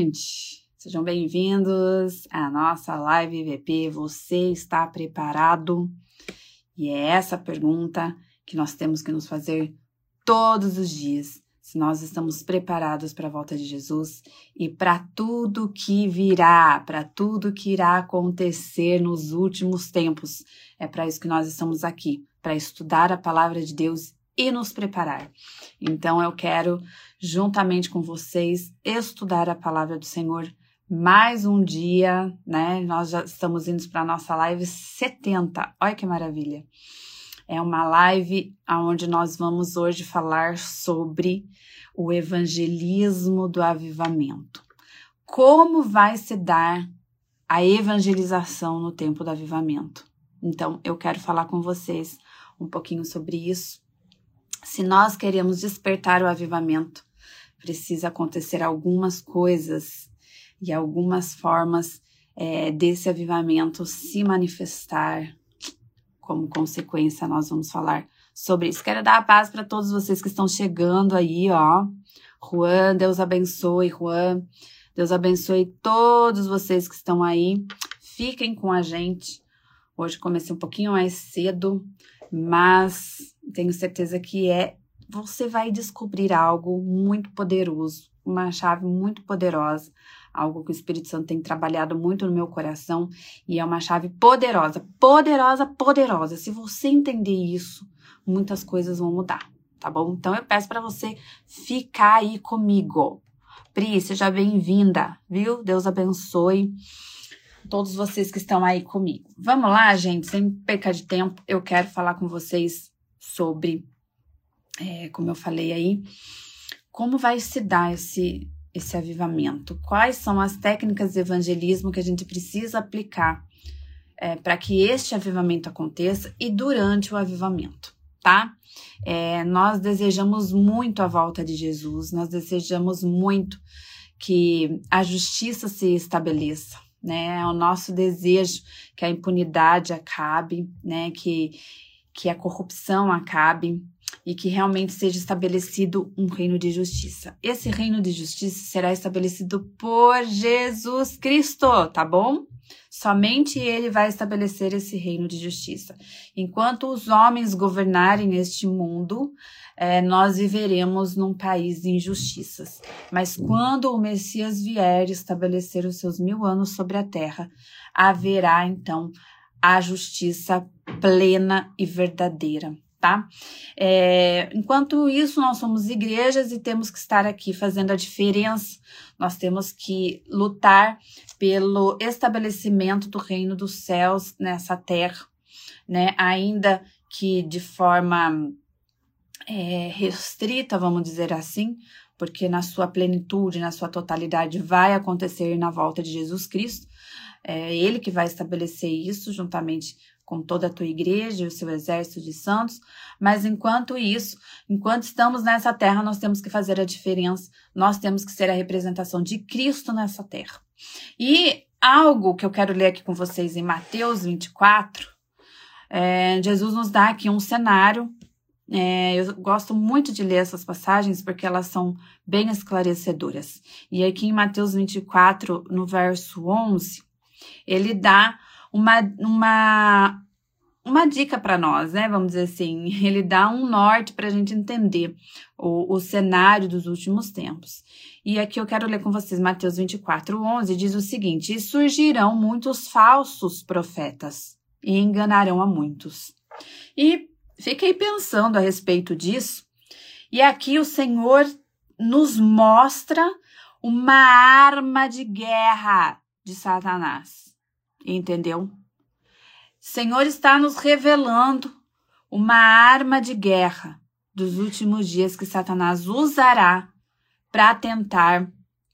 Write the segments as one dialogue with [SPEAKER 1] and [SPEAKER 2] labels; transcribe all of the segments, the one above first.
[SPEAKER 1] gente! Sejam bem-vindos à nossa live VP. Você está preparado? E é essa a pergunta que nós temos que nos fazer todos os dias. Se nós estamos preparados para a volta de Jesus e para tudo que virá, para tudo que irá acontecer nos últimos tempos. É para isso que nós estamos aqui, para estudar a palavra de Deus e nos preparar. Então eu quero, juntamente com vocês, estudar a palavra do Senhor mais um dia, né? Nós já estamos indo para a nossa live 70. Olha que maravilha! É uma live onde nós vamos hoje falar sobre o evangelismo do avivamento. Como vai se dar a evangelização no tempo do avivamento? Então, eu quero falar com vocês um pouquinho sobre isso. Se nós queremos despertar o avivamento, precisa acontecer algumas coisas e algumas formas desse avivamento se manifestar. Como consequência, nós vamos falar sobre isso. Quero dar a paz para todos vocês que estão chegando aí, ó. Juan, Deus abençoe, Juan. Deus abençoe todos vocês que estão aí. Fiquem com a gente. Hoje comecei um pouquinho mais cedo, mas tenho certeza que você vai descobrir algo muito poderoso, uma chave muito poderosa, algo que o Espírito Santo tem trabalhado muito no meu coração e é uma chave poderosa, poderosa, poderosa. Se você entender isso, muitas coisas vão mudar, tá bom? Então eu peço para você ficar aí comigo. Pri, seja bem-vinda, viu? Deus abençoe todos vocês que estão aí comigo. Vamos lá, gente, sem perca de tempo, eu quero falar com vocês sobre, como eu falei aí, como vai se dar esse avivamento, quais são as técnicas de evangelismo que a gente precisa aplicar para que este avivamento aconteça e durante o avivamento, tá? Nós desejamos muito a volta de Jesus, nós desejamos muito que a justiça se estabeleça, né? É o nosso desejo que a impunidade acabe, né? Que a corrupção acabe e que realmente seja estabelecido um reino de justiça. Esse reino de justiça será estabelecido por Jesus Cristo, tá bom? Somente Ele vai estabelecer esse reino de justiça. Enquanto os homens governarem este mundo, nós viveremos num país de injustiças. Mas quando o Messias vier estabelecer os seus 1000 anos sobre a terra, haverá então a justiça plena e verdadeira, tá? Enquanto isso, nós somos igrejas e temos que estar aqui fazendo a diferença. Nós temos que lutar pelo estabelecimento do reino dos céus nessa terra, né? Ainda que de forma restrita, vamos dizer assim, porque na sua plenitude, na sua totalidade, vai acontecer na volta de Jesus Cristo. É Ele que vai estabelecer isso juntamente com toda a tua igreja e o seu exército de santos, mas enquanto isso, enquanto estamos nessa terra, nós temos que fazer a diferença, nós temos que ser a representação de Cristo nessa terra. E algo que eu quero ler aqui com vocês em Mateus 24, Jesus nos dá aqui um cenário. Eu gosto muito de ler essas passagens porque elas são bem esclarecedoras. E aqui em Mateus 24, no verso 11, ele dá uma dica para nós, né? Vamos dizer assim, ele dá um norte para a gente entender o cenário dos últimos tempos. E aqui eu quero ler com vocês Mateus 24, 11, diz o seguinte: e surgirão muitos falsos profetas e enganarão a muitos. E fiquei pensando a respeito disso, e aqui o Senhor nos mostra uma arma de guerra de Satanás, entendeu? O Senhor está nos revelando uma arma de guerra dos últimos dias que Satanás usará para tentar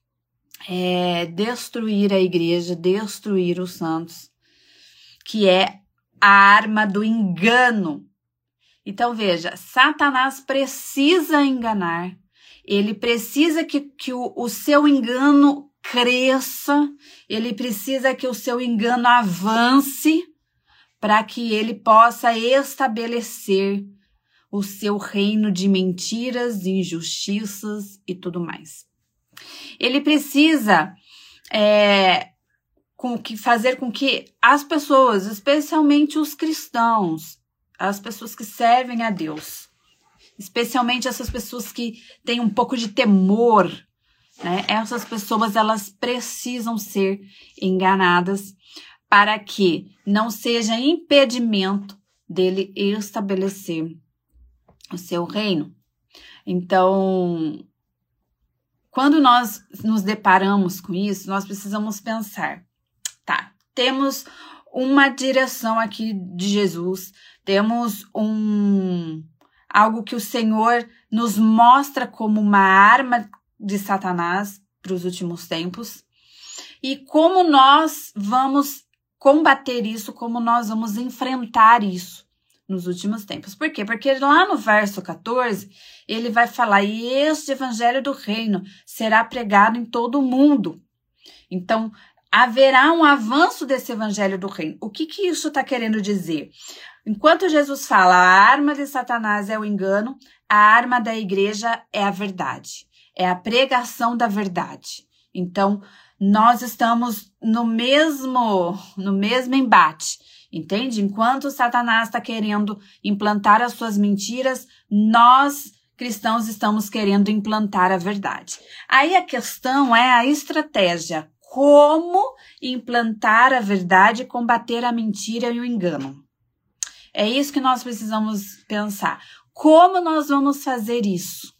[SPEAKER 1] destruir a igreja, destruir os santos, que é a arma do engano. Então, veja, Satanás precisa enganar, ele precisa que o seu engano cresça, ele precisa que o seu engano avance para que ele possa estabelecer o seu reino de mentiras, injustiças e tudo mais. Ele precisa fazer com que as pessoas, especialmente os cristãos, as pessoas que servem a Deus, especialmente essas pessoas que têm um pouco de temor, né? Essas pessoas, elas precisam ser enganadas para que não seja impedimento dele estabelecer o seu reino. Então, quando nós nos deparamos com isso, nós precisamos pensar, tá, temos uma direção aqui de Jesus, temos algo que o Senhor nos mostra como uma arma de Satanás para os últimos tempos, e como nós vamos combater isso, como nós vamos enfrentar isso nos últimos tempos. Por quê? Porque lá no verso 14, ele vai falar, e este evangelho do reino será pregado em todo o mundo. Então, haverá um avanço desse evangelho do reino. O que isso está querendo dizer? Enquanto Jesus fala, a arma de Satanás é o engano, a arma da igreja é a verdade, é a pregação da verdade. Então, nós estamos no mesmo embate, entende? Enquanto Satanás está querendo implantar as suas mentiras, nós, cristãos, estamos querendo implantar a verdade. Aí a questão é a estratégia. Como implantar a verdade e combater a mentira e o engano? É isso que nós precisamos pensar. Como nós vamos fazer isso?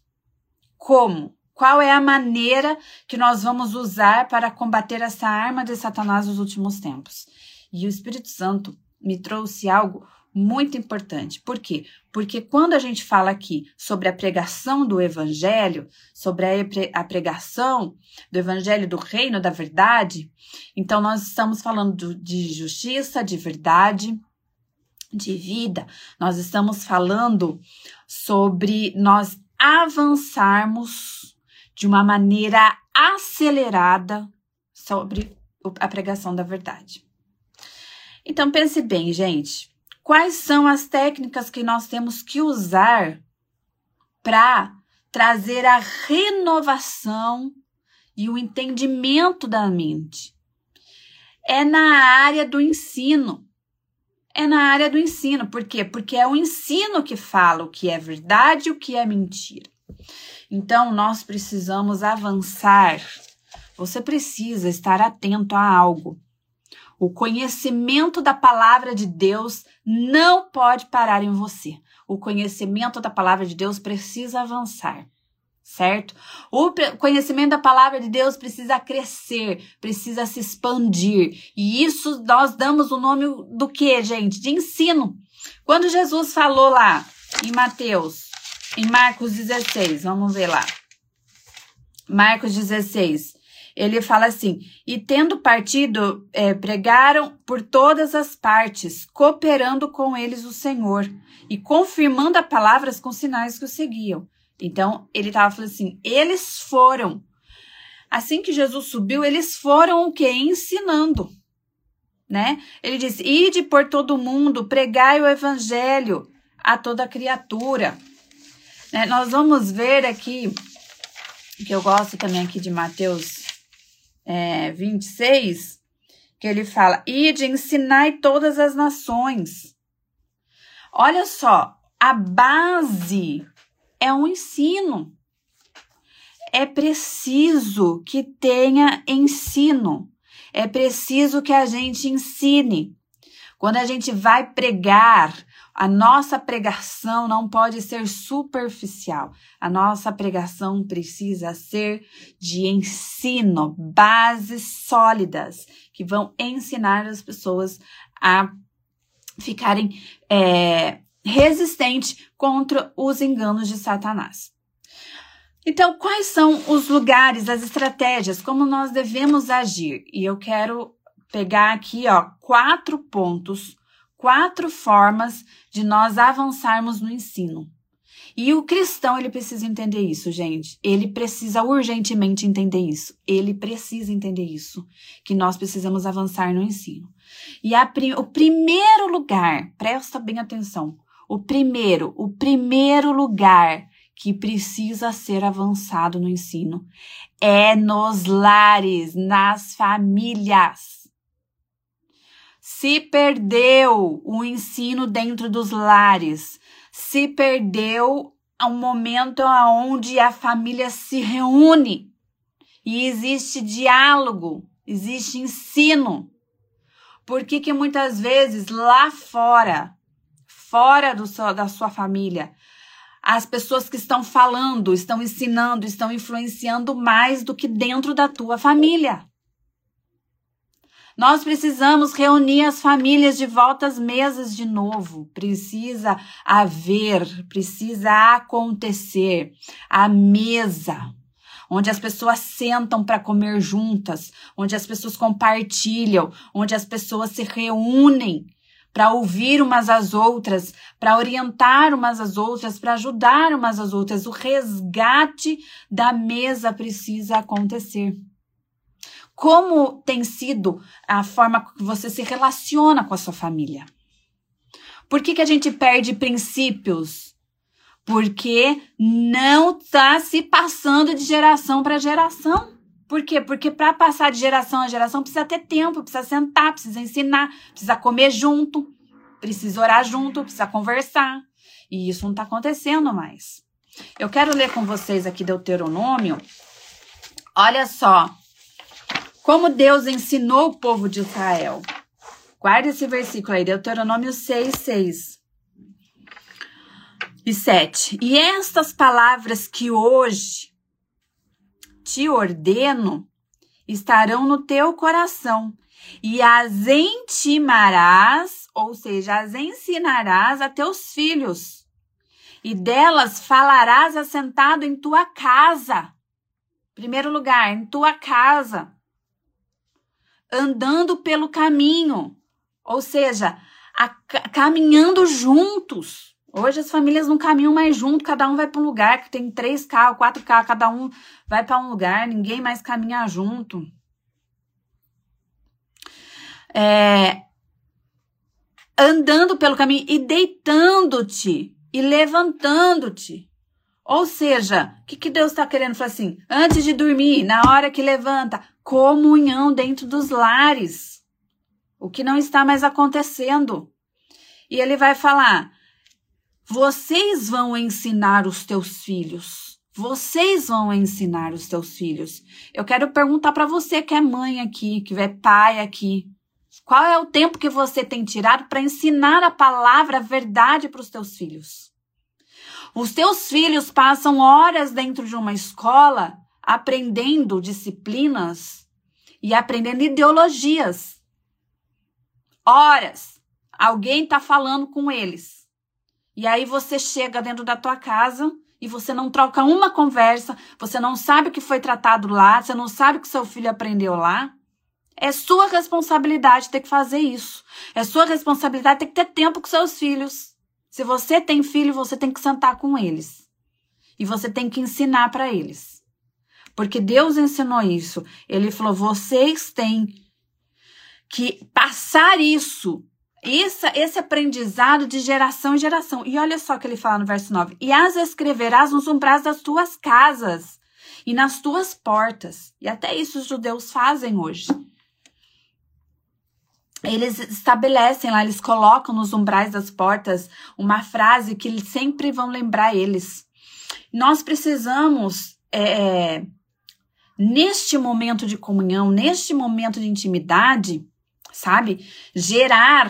[SPEAKER 1] Como? Qual é a maneira que nós vamos usar para combater essa arma de Satanás nos últimos tempos? E o Espírito Santo me trouxe algo muito importante. Por quê? Porque quando a gente fala aqui sobre a pregação do evangelho, sobre a pregação do evangelho do reino da verdade, então nós estamos falando de justiça, de verdade, de vida. Nós estamos falando sobre nós avançarmos de uma maneira acelerada sobre a pregação da verdade. Então, pense bem, gente. Quais são as técnicas que nós temos que usar para trazer a renovação e o entendimento da mente? É na área do ensino. É na área do ensino. Por quê? Porque é o ensino que fala o que é verdade e o que é mentira. Então, nós precisamos avançar. Você precisa estar atento a algo. O conhecimento da palavra de Deus não pode parar em você. O conhecimento da palavra de Deus precisa avançar, certo? O conhecimento da palavra de Deus precisa crescer, precisa se expandir. E isso nós damos o nome do quê, gente? De ensino. Quando Jesus falou lá em Marcos 16, vamos ver lá. Marcos 16. Ele fala assim, e tendo partido, pregaram por todas as partes, cooperando com eles o Senhor, e confirmando as palavras com sinais que o seguiam. Então, ele estava falando assim, eles foram, assim que Jesus subiu, eles foram o quê? Ensinando, né? Ele disse, ide por todo mundo, pregai o evangelho a toda criatura. Né? Nós vamos ver aqui, que eu gosto também aqui de Mateus 26, que ele fala, ide, ensinai todas as nações. Olha só, a base é um ensino. É preciso que tenha ensino. É preciso que a gente ensine. Quando a gente vai pregar, a nossa pregação não pode ser superficial. A nossa pregação precisa ser de ensino, bases sólidas, que vão ensinar as pessoas a ficarem resistentes contra os enganos de Satanás. Então, quais são os lugares, as estratégias, como nós devemos agir? E eu quero pegar aqui, 4 pontos, 4 formas de nós avançarmos no ensino. E o cristão, ele precisa entender isso, gente. Ele precisa urgentemente entender isso. Ele precisa entender isso, que nós precisamos avançar no ensino. E o primeiro lugar, presta bem atenção, o primeiro lugar que precisa ser avançado no ensino. É nos lares, nas famílias. Se perdeu o ensino dentro dos lares, se perdeu um momento onde a família se reúne e existe diálogo, existe ensino. Por que muitas vezes lá fora da sua família, as pessoas que estão falando, estão ensinando, estão influenciando mais do que dentro da tua família? Nós precisamos reunir as famílias de volta às mesas de novo. Precisa acontecer a mesa, onde as pessoas sentam para comer juntas, onde as pessoas compartilham, onde as pessoas se reúnem para ouvir umas às outras, para orientar umas às outras, para ajudar umas às outras. O resgate da mesa precisa acontecer. Como tem sido a forma que você se relaciona com a sua família? Por que a gente perde princípios? Porque não está se passando de geração para geração. Por quê? Porque para passar de geração a geração precisa ter tempo, precisa sentar, precisa ensinar, precisa comer junto, precisa orar junto, precisa conversar. E isso não está acontecendo mais. Eu quero ler com vocês aqui Deuteronômio. Olha só como Deus ensinou o povo de Israel. Guarda esse versículo aí, Deuteronômio 6, 6 e 7. E estas palavras que hoje te ordeno estarão no teu coração e as intimarás, ou seja, as ensinarás a teus filhos e delas falarás assentado em tua casa. Primeiro lugar, em tua casa, andando pelo caminho, ou seja, caminhando juntos. Hoje as famílias não caminham mais junto, cada um vai para um lugar, que tem 3 carros, 4 carros, cada um vai para um lugar, ninguém mais caminha junto. Andando pelo caminho e deitando-te e levantando-te. Ou seja, o que Deus está querendo falar assim? Antes de dormir, na hora que levanta, comunhão dentro dos lares. O que não está mais acontecendo. E ele vai falar: vocês vão ensinar os teus filhos. Vocês vão ensinar os teus filhos. Eu quero perguntar para você que é mãe aqui, que é pai aqui. Qual é o tempo que você tem tirado para ensinar a palavra, a verdade para os teus filhos? Os teus filhos passam horas dentro de uma escola aprendendo disciplinas e aprendendo ideologias. Horas. Alguém está falando com eles. E aí você chega dentro da tua casa e você não troca uma conversa, você não sabe o que foi tratado lá, você não sabe o que seu filho aprendeu lá. É sua responsabilidade ter que fazer isso. É sua responsabilidade ter que ter tempo com seus filhos. Se você tem filho, você tem que sentar com eles. E você tem que ensinar para eles. Porque Deus ensinou isso. Ele falou, vocês têm que passar isso. Esse aprendizado de geração em geração. E olha só o que ele fala no verso 9. E as escreverás nos umbrais das tuas casas e nas tuas portas. E até isso os judeus fazem hoje. Eles estabelecem lá, eles colocam nos umbrais das portas uma frase que eles sempre vão lembrar eles. Nós precisamos, neste momento de comunhão, neste momento de intimidade, sabe, gerar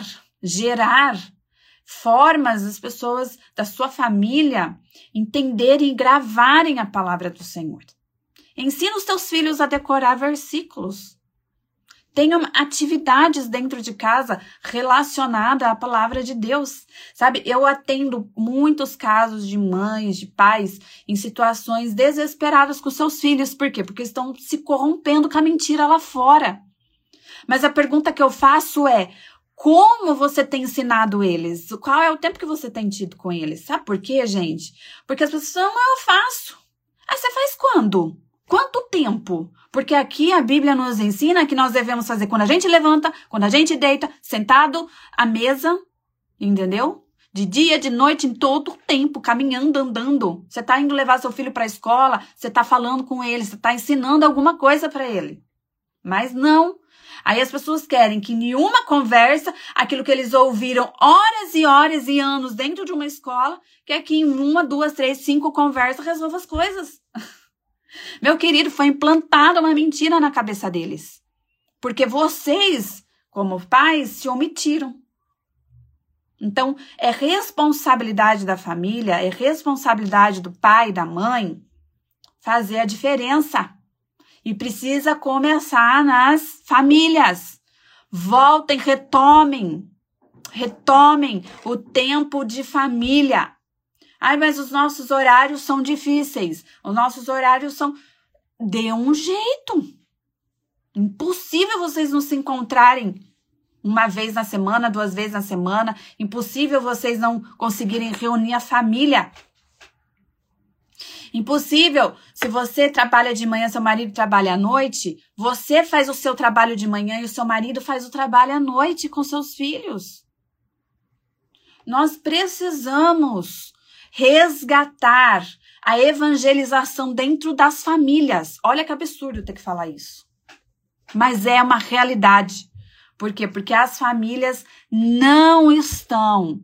[SPEAKER 1] formas das pessoas da sua família entenderem e gravarem a palavra do Senhor. Ensina os teus filhos a decorar versículos. Tenha atividades dentro de casa relacionadas à palavra de Deus. Sabe, eu atendo muitos casos de mães, de pais, em situações desesperadas com seus filhos. Por quê? Porque estão se corrompendo com a mentira lá fora. Mas a pergunta que eu faço é, como você tem ensinado eles? Qual é o tempo que você tem tido com eles? Sabe por quê, gente? Porque as pessoas falam, eu faço. Aí você faz quando? Quanto tempo? Porque aqui a Bíblia nos ensina que nós devemos fazer quando a gente levanta, quando a gente deita, sentado à mesa, entendeu? De dia, de noite, em todo o tempo, caminhando, andando. Você está indo levar seu filho para a escola, você está falando com ele, você está ensinando alguma coisa para ele. Mas não. Aí as pessoas querem que em uma conversa, aquilo que eles ouviram horas e horas e anos dentro de uma escola, quer que em 1, 2, 3, 5 conversas resolva as coisas. Meu querido, foi implantada uma mentira na cabeça deles. Porque vocês, como pais, se omitiram. Então, é responsabilidade da família, é responsabilidade do pai e da mãe fazer a diferença. E precisa começar nas famílias. Voltem, retomem o tempo de família. Ai, mas os nossos horários são difíceis. Os nossos horários são... Dê um jeito. Impossível vocês não se encontrarem 1 vez na semana, 2 vezes na semana. Impossível vocês não conseguirem reunir a família. Impossível. Se você trabalha de manhã, seu marido trabalha à noite, você faz o seu trabalho de manhã e o seu marido faz o trabalho à noite com seus filhos. Nós precisamos resgatar a evangelização dentro das famílias. Olha que absurdo ter que falar isso. Mas é uma realidade. Por quê? Porque as famílias não estão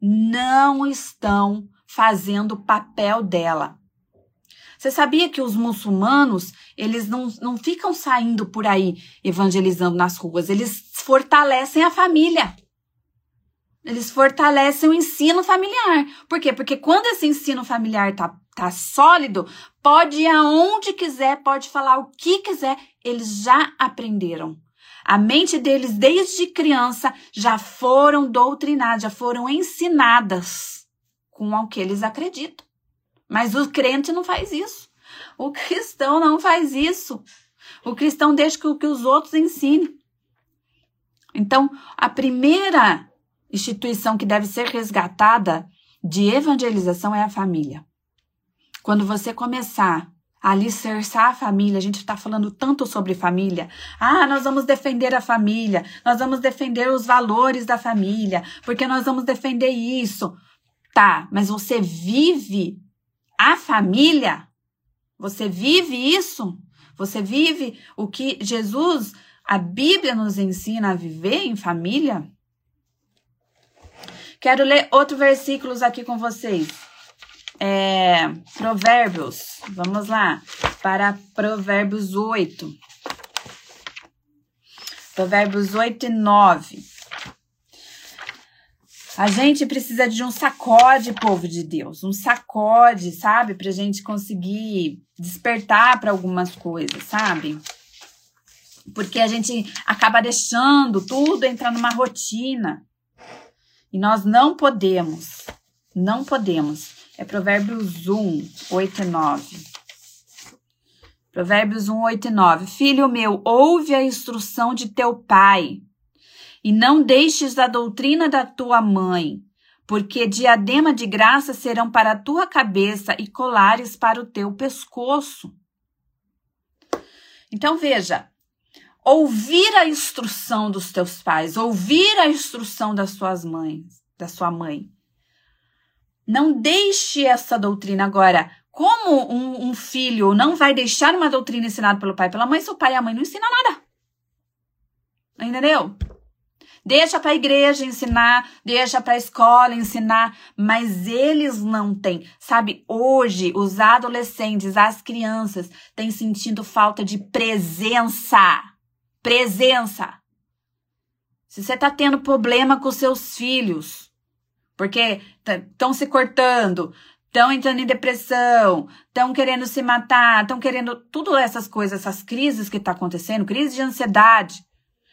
[SPEAKER 1] fazendo o papel dela. Você sabia que os muçulmanos, eles não ficam saindo por aí evangelizando nas ruas, eles fortalecem a família. Eles fortalecem o ensino familiar. Por quê? Porque quando esse ensino familiar tá sólido, pode ir aonde quiser, pode falar o que quiser, eles já aprenderam. A mente deles, desde criança, já foram doutrinadas, já foram ensinadas com o que eles acreditam. Mas o crente não faz isso. O cristão não faz isso. O cristão deixa que os outros ensinem. Então, a primeira instituição que deve ser resgatada de evangelização é a família. Quando você começar a alicerçar a família, a gente está falando tanto sobre família. Ah, nós vamos defender a família, nós vamos defender os valores da família, porque nós vamos defender isso. Tá, mas você vive a família? Você vive isso? Você vive o que Jesus, a Bíblia nos ensina a viver em família? Quero ler outros versículos aqui com vocês. Provérbios. Vamos lá. Para Provérbios 8. Provérbios 8 e 9. A gente precisa de um sacode, povo de Deus. Um sacode, sabe? Pra gente conseguir despertar para algumas coisas, sabe? Porque a gente acaba deixando tudo entrar numa rotina. E nós não podemos. Não podemos. É Provérbios 1, 8 e 9. Provérbios 1, 8 e 9. Filho meu, ouve a instrução de teu pai, e não deixes a doutrina da tua mãe, porque diadema de graça serão para a tua cabeça e colares para o teu pescoço. Então, veja, ouvir a instrução dos teus pais, ouvir a instrução das suas mães, da sua mãe. Não deixe essa doutrina. Agora, como um filho não vai deixar uma doutrina ensinada pelo pai e pela mãe, se o pai e a mãe não ensinam nada? Entendeu? Deixa para a igreja ensinar, deixa para a escola ensinar, mas eles não têm. Sabe, hoje os adolescentes, as crianças têm sentido falta de presença. Presença. Se você está tendo problema com seus filhos, porque estão se cortando, estão entrando em depressão, estão querendo se matar, estão querendo... Tudo essas coisas, essas crises que estão acontecendo, crise de ansiedade,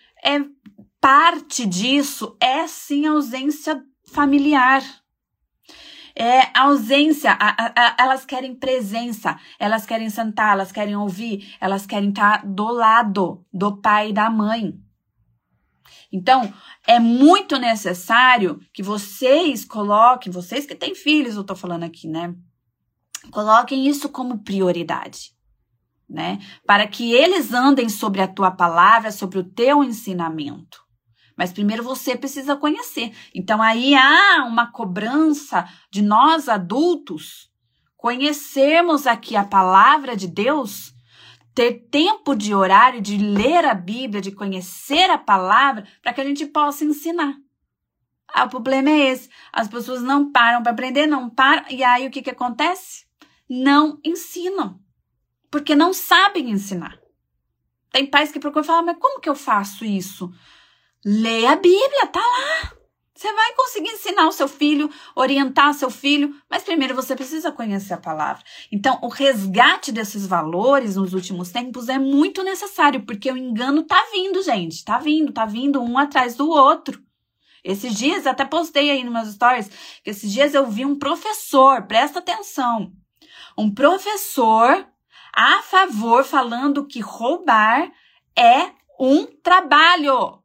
[SPEAKER 1] parte disso é sim ausência familiar. É ausência, elas querem presença, elas querem sentar, elas querem ouvir, elas querem estar do lado do pai e da mãe. Então, é muito necessário que vocês coloquem, vocês que têm filhos, eu tô falando aqui, né? Coloquem isso como prioridade, né? Para que eles andem sobre a tua palavra, sobre o teu ensinamento. Mas primeiro você precisa conhecer. Então aí há uma cobrança de nós adultos conhecermos aqui a palavra de Deus, ter tempo de orar e de ler a Bíblia, de conhecer a palavra, para que a gente possa ensinar. O problema é esse. As pessoas não param para aprender, não param. E aí o que acontece? Não ensinam. Porque não sabem ensinar. Tem pais que procuram falar, mas como que eu faço isso? Lê a Bíblia, tá lá. Você vai conseguir ensinar o seu filho, orientar o seu filho, mas primeiro você precisa conhecer a palavra. Então, o resgate desses valores nos últimos tempos é muito necessário, porque o engano tá vindo, gente. Tá vindo um atrás do outro. Esses dias, até postei aí nos meus stories, que esses dias eu vi um professor, presta atenção, um professor a favor falando que roubar é um trabalho.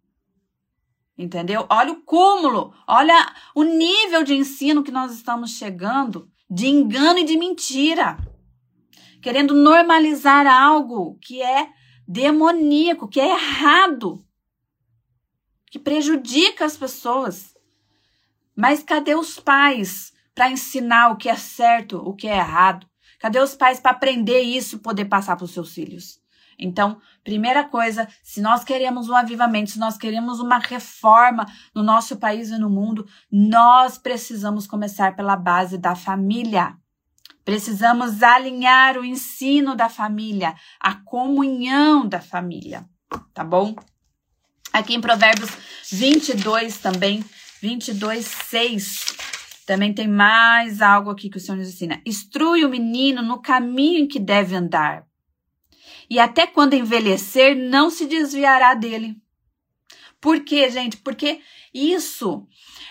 [SPEAKER 1] Entendeu? Olha o cúmulo, olha o nível de ensino que nós estamos chegando, de engano e de mentira. Querendo normalizar algo que é demoníaco, que é errado, que prejudica as pessoas. Mas cadê os pais para ensinar o que é certo, o que é errado? Cadê os pais para aprender isso e poder passar para os seus filhos? Então, primeira coisa, se nós queremos um avivamento, se nós queremos uma reforma no nosso país e no mundo, nós precisamos começar pela base da família. Precisamos alinhar o ensino da família, a comunhão da família, tá bom? Aqui em Provérbios 22 também, 22:6, também tem mais algo aqui que o Senhor nos ensina. Instrui o menino no caminho em que deve andar, e até quando envelhecer, não se desviará dele. Por quê, gente? Porque isso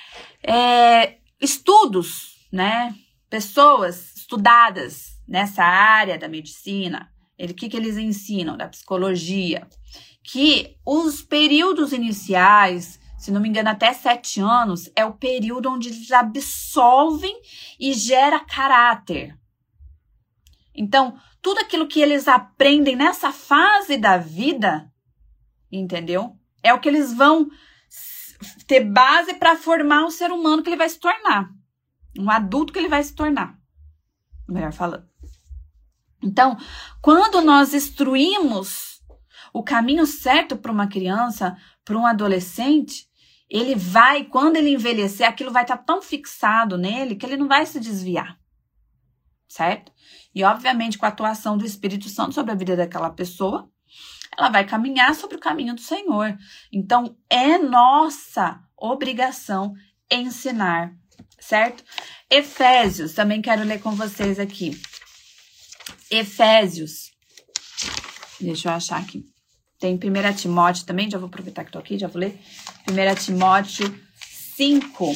[SPEAKER 1] estudos, né? Pessoas estudadas nessa área da medicina, o que eles ensinam? Da psicologia, que os períodos iniciais, se não me engano, até 7 anos, é o período onde eles absolvem e gera caráter. Então, tudo aquilo que eles aprendem nessa fase da vida, entendeu? É o que eles vão ter base para formar o ser humano que ele vai se tornar. Um adulto que ele vai se tornar. Melhor falando. Então, quando nós instruímos o caminho certo para uma criança, para um adolescente, ele vai, quando ele envelhecer, aquilo vai estar tão fixado nele que ele não vai se desviar. Certo? E, obviamente, com a atuação do Espírito Santo sobre a vida daquela pessoa, ela vai caminhar sobre o caminho do Senhor. Então, é nossa obrigação ensinar, certo? Efésios, também quero ler com vocês aqui. Efésios, deixa eu achar aqui. Tem 1 Timóteo também, já vou aproveitar que estou aqui, já vou ler. 1 Timóteo 5,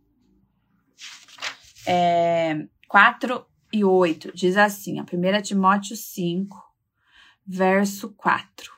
[SPEAKER 1] 4 e 8, diz assim, 1 Timóteo 5, verso 4.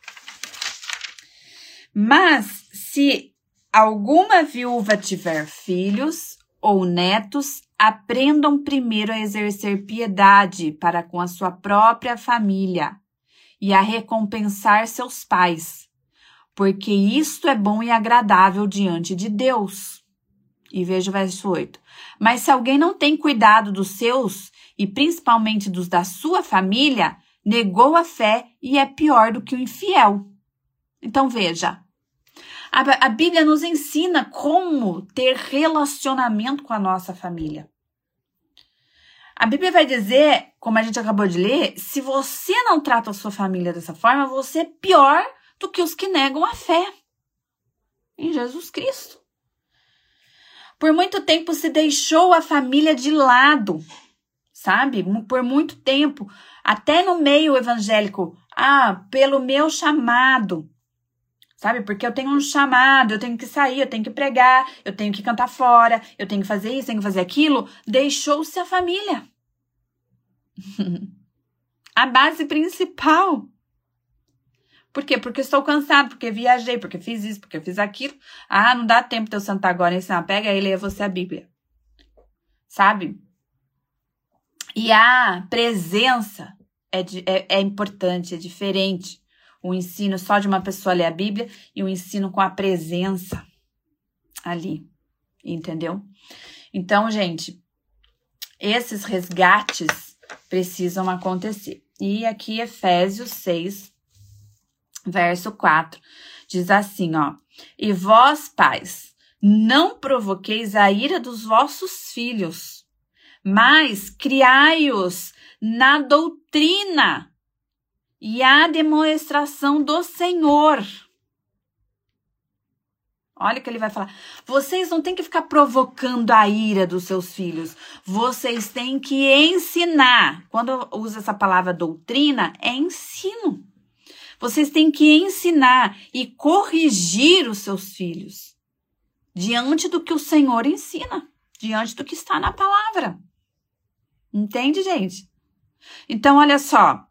[SPEAKER 1] Mas se alguma viúva tiver filhos ou netos, aprendam primeiro a exercer piedade para com a sua própria família e a recompensar seus pais, porque isto é bom e agradável diante de Deus. E veja o verso 8. Mas se alguém não tem cuidado dos seus, e principalmente dos da sua família, negou a fé e é pior do que o infiel. Então veja, a Bíblia nos ensina como ter relacionamento com a nossa família. A Bíblia vai dizer, como a gente acabou de ler, se você não trata a sua família dessa forma, você é pior do que os que negam a fé em Jesus Cristo. Por muito tempo se deixou a família de lado, sabe? Por muito tempo, até no meio evangélico, pelo meu chamado, sabe? Porque eu tenho um chamado, eu tenho que sair, eu tenho que pregar, eu tenho que cantar fora, eu tenho que fazer isso, tenho que fazer aquilo. Deixou-se a família. A base principal. Por quê? Porque estou cansado, porque viajei, porque fiz isso, porque fiz aquilo. Não dá tempo de eu sentar agora e ensinar. Pega aí e leia você a Bíblia. Sabe? E a presença é importante, é diferente. o ensino só de uma pessoa ler a Bíblia e o ensino com a presença ali, entendeu? Então, gente, esses resgates precisam acontecer. E aqui Efésios 6, verso 4, diz assim, ó: e vós, pais, não provoqueis a ira dos vossos filhos, mas criai-os na doutrina e a demonstração do Senhor. Olha o que ele vai falar. Vocês não têm que ficar provocando a ira dos seus filhos. Vocês têm que ensinar. Quando usa essa palavra doutrina, é ensino. Vocês têm que ensinar e corrigir os seus filhos diante do que o Senhor ensina, diante do que está na palavra. Entende, gente? Então, olha só.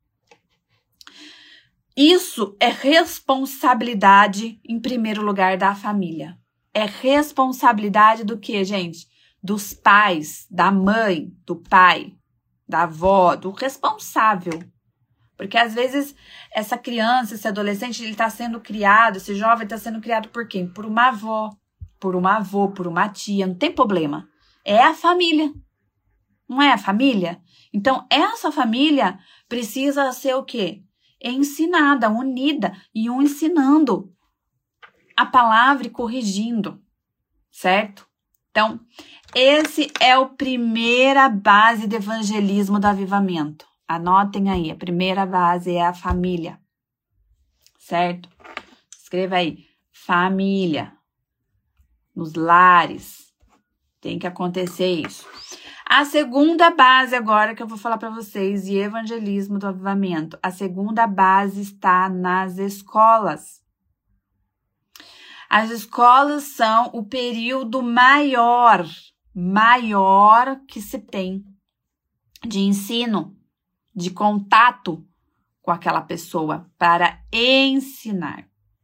[SPEAKER 1] Isso é responsabilidade, em primeiro lugar, da família. É responsabilidade do quê, gente? Dos pais, da mãe, do pai, da avó, do responsável. Porque, às vezes, essa criança, esse adolescente, ele está sendo criado, esse jovem está sendo criado por quem? Por uma avó, por um avô, por uma tia, não tem problema. É a família. Não é a família? Então, essa família precisa ser o quê? Ensinada, unida, e um ensinando a palavra e corrigindo, certo? Então, esse é a primeira base do evangelismo do avivamento. Anotem aí, a primeira base é a família, certo? Escreva aí, família, nos lares, tem que acontecer isso. A segunda base agora que eu vou falar para vocês de evangelismo do avivamento, a segunda base está nas escolas. As escolas são o período maior que se tem de ensino, de contato com aquela pessoa para ensinar.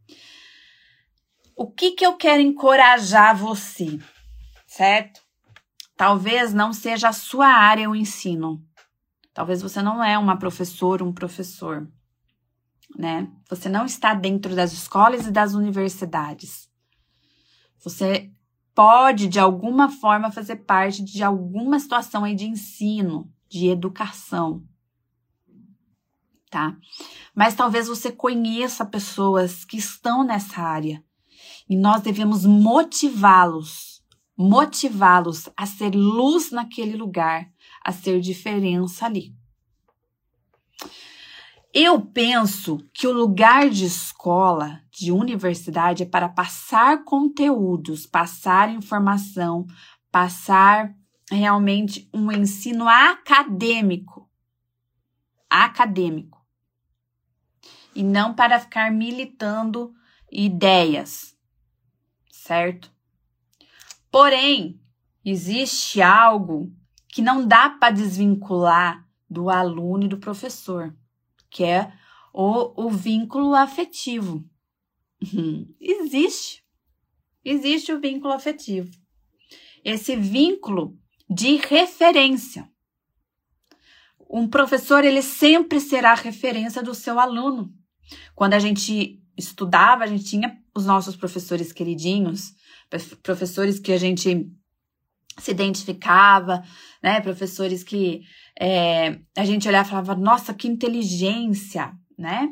[SPEAKER 1] O que eu quero encorajar você, certo? Talvez não seja a sua área o ensino. Talvez você não é uma professora, um professor, né? Você não está dentro das escolas e das universidades. Você pode, de alguma forma, fazer parte de alguma situação aí de ensino, de educação, tá? Mas talvez você conheça pessoas que estão nessa área e nós devemos motivá-los a ser luz naquele lugar, a ser diferença ali. Eu penso que o lugar de escola, de universidade, é para passar conteúdos, passar informação, passar realmente um ensino acadêmico. E não para ficar militando ideias, certo? Porém, existe algo que não dá para desvincular do aluno e do professor, que é o vínculo afetivo. Existe o vínculo afetivo. Esse vínculo de referência. Um professor, ele sempre será referência do seu aluno. Quando a gente estudava, a gente tinha os nossos professores queridinhos, professores que a gente se identificava, né? Professores que a gente olhava e falava, nossa, que inteligência, né?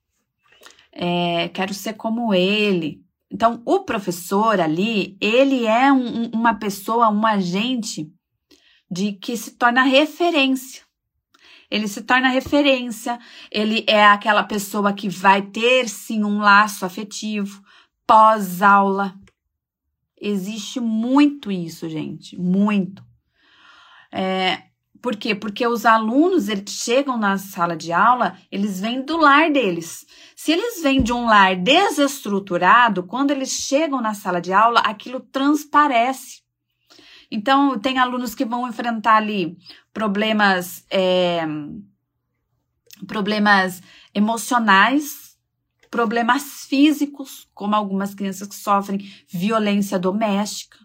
[SPEAKER 1] Quero ser como ele. Então, o professor ali, ele é uma pessoa, um agente que se torna referência. Ele se torna referência, ele é aquela pessoa que vai ter, sim, um laço afetivo, pós-aula. Existe muito isso, gente, muito. Por quê? Porque os alunos, eles chegam na sala de aula, eles vêm do lar deles. Se eles vêm de um lar desestruturado, quando eles chegam na sala de aula, aquilo transparece. Então, tem alunos que vão enfrentar ali problemas emocionais, problemas físicos, como algumas crianças que sofrem violência doméstica,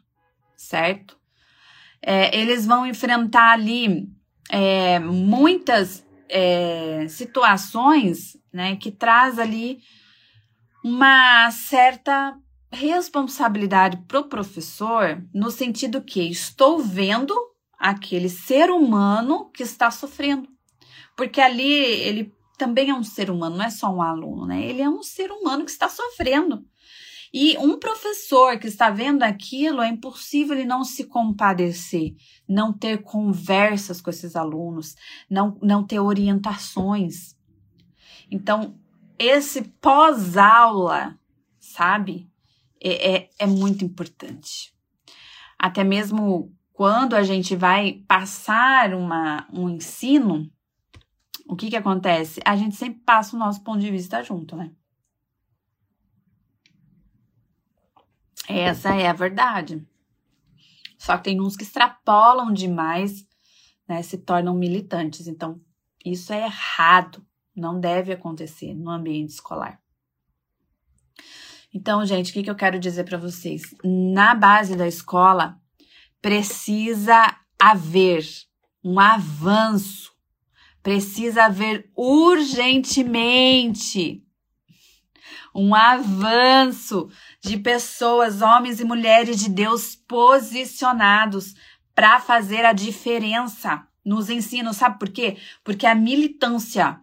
[SPEAKER 1] certo? Eles vão enfrentar ali muitas situações, né, que traz ali uma certa responsabilidade para o professor, no sentido que estou vendo aquele ser humano que está sofrendo. Porque ali ele também é um ser humano, não é só um aluno, né? Ele é um ser humano que está sofrendo. E um professor que está vendo aquilo, é impossível ele não se compadecer, não ter conversas com esses alunos, não ter orientações. Então, esse pós-aula, sabe, é muito importante. Até mesmo quando a gente vai passar um ensino, o que acontece? A gente sempre passa o nosso ponto de vista junto, né? Essa é a verdade. Só que tem uns que extrapolam demais, né? Se tornam militantes. Então, isso é errado. Não deve acontecer no ambiente escolar. Então, gente, o que eu quero dizer para vocês? Na base da escola, precisa haver um avanço. Precisa haver urgentemente um avanço de pessoas, homens e mulheres de Deus posicionados para fazer a diferença nos ensinos. Sabe por quê? Porque a militância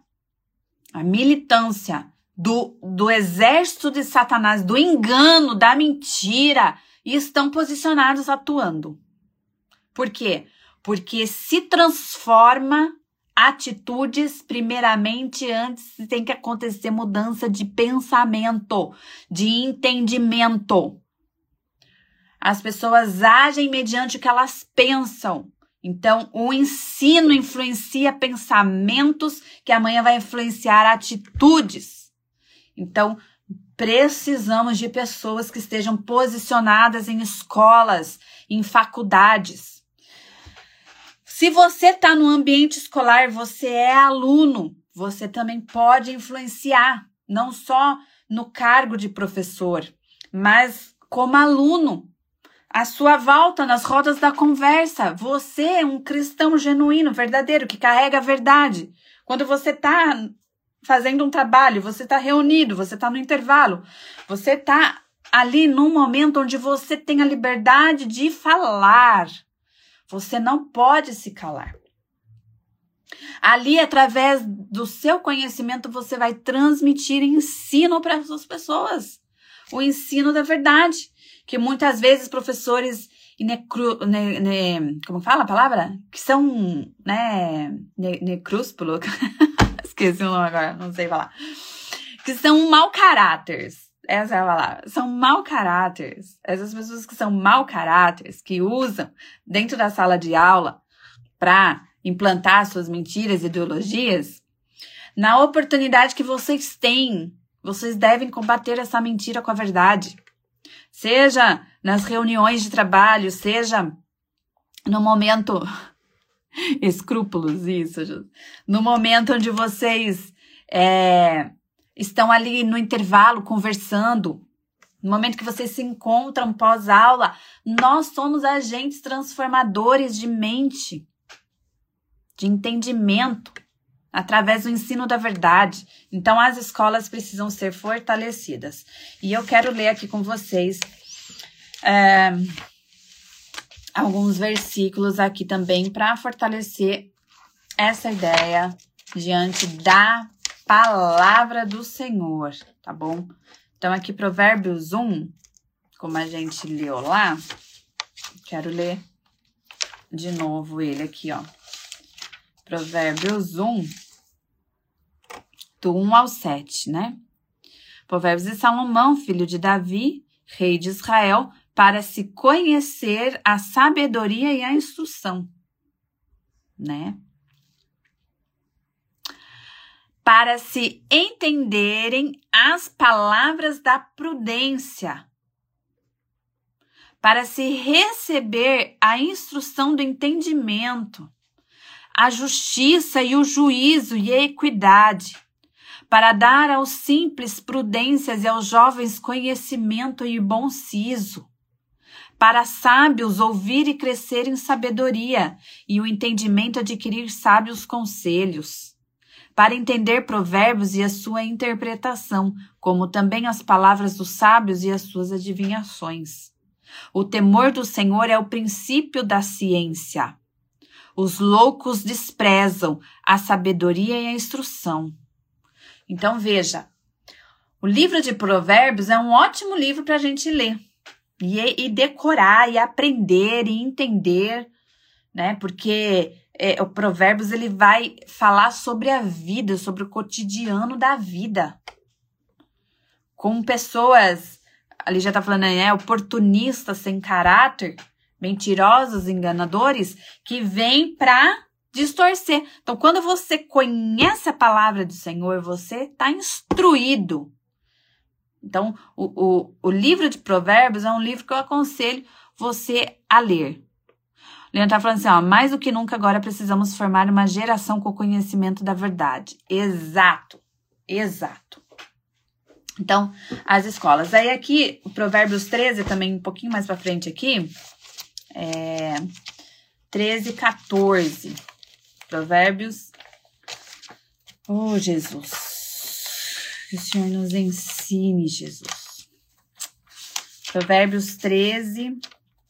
[SPEAKER 1] do exército de Satanás, do engano, da mentira, estão posicionados atuando. Por quê? Porque se transforma atitudes, primeiramente, antes tem que acontecer mudança de pensamento, de entendimento. As pessoas agem mediante o que elas pensam. Então, o ensino influencia pensamentos que amanhã vai influenciar atitudes. Então, precisamos de pessoas que estejam posicionadas em escolas, em faculdades. Se você está no ambiente escolar, você é aluno, você também pode influenciar, não só no cargo de professor, mas como aluno. A sua volta nas rodas da conversa, você é um cristão genuíno, verdadeiro, que carrega a verdade. Quando você está fazendo um trabalho, você está reunido, você está no intervalo, você está ali num momento onde você tem a liberdade de falar. Você não pode se calar. Ali, através do seu conhecimento, você vai transmitir ensino para as pessoas. O ensino da verdade. Que muitas vezes professores como fala a palavra? Que são, necrúsculo. Esqueci o nome agora, não sei falar. Que são mau caráteres. Essa é a palavra. São mau caráteres. Essas pessoas que são mau caráteres, que usam dentro da sala de aula para implantar suas mentiras e ideologias, na oportunidade que vocês têm, vocês devem combater essa mentira com a verdade. Seja nas reuniões de trabalho, seja no momento... Escrúpulos, isso. No momento onde vocês... estão ali no intervalo conversando, no momento que vocês se encontram pós-aula, nós somos agentes transformadores de mente, de entendimento, através do ensino da verdade. Então, as escolas precisam ser fortalecidas. E eu quero ler aqui com vocês alguns versículos aqui também para fortalecer essa ideia diante da palavra do Senhor, tá bom? Então, aqui Provérbios 1, como a gente leu lá, quero ler de novo ele aqui, ó. Provérbios 1, do 1 ao 7, né? Provérbios de Salomão, filho de Davi, rei de Israel, para se conhecer a sabedoria e a instrução, né? Para se entenderem as palavras da prudência, para se receber a instrução do entendimento, a justiça e o juízo e a equidade, para dar aos simples prudências e aos jovens conhecimento e bom siso, para sábios ouvir e crescer em sabedoria, e o entendimento adquirir sábios conselhos. para entender provérbios e a sua interpretação, como também as palavras dos sábios e as suas adivinhações. O temor do Senhor é o princípio da ciência. Os loucos desprezam a sabedoria e a instrução. Então, veja, o livro de Provérbios é um ótimo livro para a gente ler e decorar, e aprender, e entender, né? Porque o Provérbios ele vai falar sobre a vida, sobre o cotidiano da vida. Com pessoas, ali já está falando, né? Oportunistas, sem caráter, mentirosos, enganadores, que vêm para distorcer. Então, quando você conhece a palavra do Senhor, você está instruído. Então, o livro de Provérbios é um livro que eu aconselho você a ler. O Leandro está falando assim, mais do que nunca agora precisamos formar uma geração com conhecimento da verdade. Exato, exato. Então, as escolas. Aí aqui, o Provérbios 13, também um pouquinho mais para frente aqui, 13, 14. Provérbios. Oh, Jesus. Que o Senhor nos ensine, Jesus. Provérbios 13,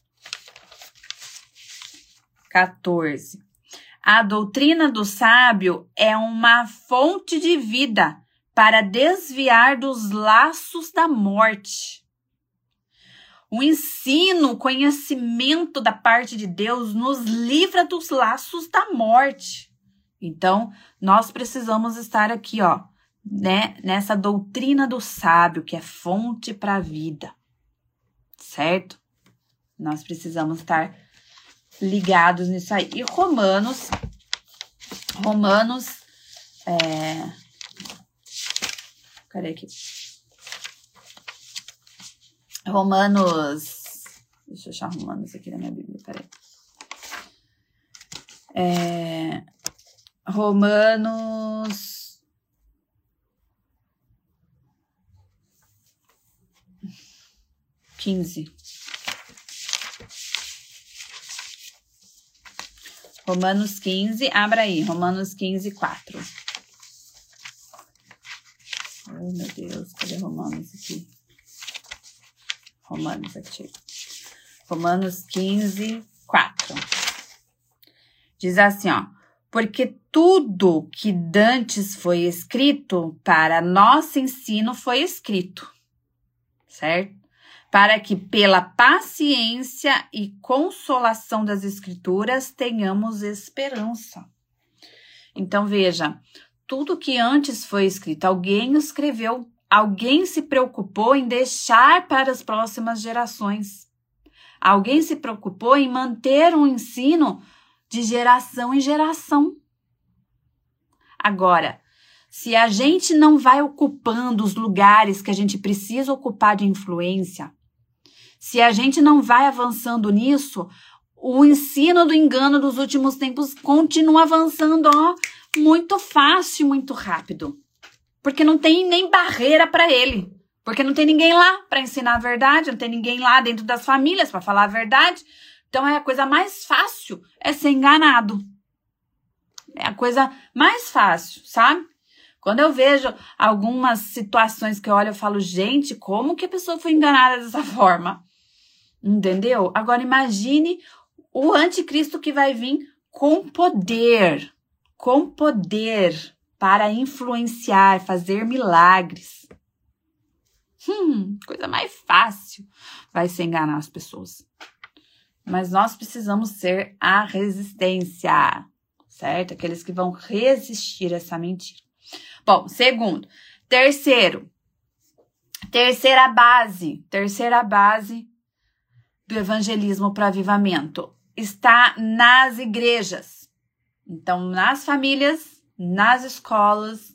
[SPEAKER 1] 14. A doutrina do sábio é uma fonte de vida para desviar dos laços da morte. O ensino, o conhecimento da parte de Deus nos livra dos laços da morte. Então, nós precisamos estar aqui, né, nessa doutrina do sábio, que é fonte para a vida. Certo? Nós precisamos estar ligados nisso aí. E Romanos, cadê aqui? Deixa eu achar Romanos aqui na minha Bíblia, peraí. Romanos 15. Romanos 15, abra aí, Romanos 15, 4. Oh, meu Deus, cadê Romanos aqui? Romanos aqui. Romanos 15, 4. Diz assim, porque tudo que dantes foi escrito para nosso ensino foi escrito, certo? Para que pela paciência e consolação das Escrituras tenhamos esperança. Então, veja, tudo que antes foi escrito, alguém escreveu, alguém se preocupou em deixar para as próximas gerações. Alguém se preocupou em manter um ensino de geração em geração. Agora, se a gente não vai ocupando os lugares que a gente precisa ocupar de influência, se a gente não vai avançando nisso, o ensino do engano dos últimos tempos continua avançando, muito fácil, muito rápido. Porque não tem nem barreira para ele. Porque não tem ninguém lá para ensinar a verdade, não tem ninguém lá dentro das famílias para falar a verdade. Então, a coisa mais fácil é ser enganado. É a coisa mais fácil, sabe? Quando eu vejo algumas situações que eu olho, eu falo, gente, como que a pessoa foi enganada dessa forma? Entendeu? Agora, imagine o anticristo que vai vir com poder para influenciar, fazer milagres. Coisa mais fácil vai ser enganar as pessoas. Mas nós precisamos ser a resistência, certo? Aqueles que vão resistir a essa mentira. Bom, terceira base do evangelismo para avivamento está nas igrejas. Então, nas famílias, nas escolas,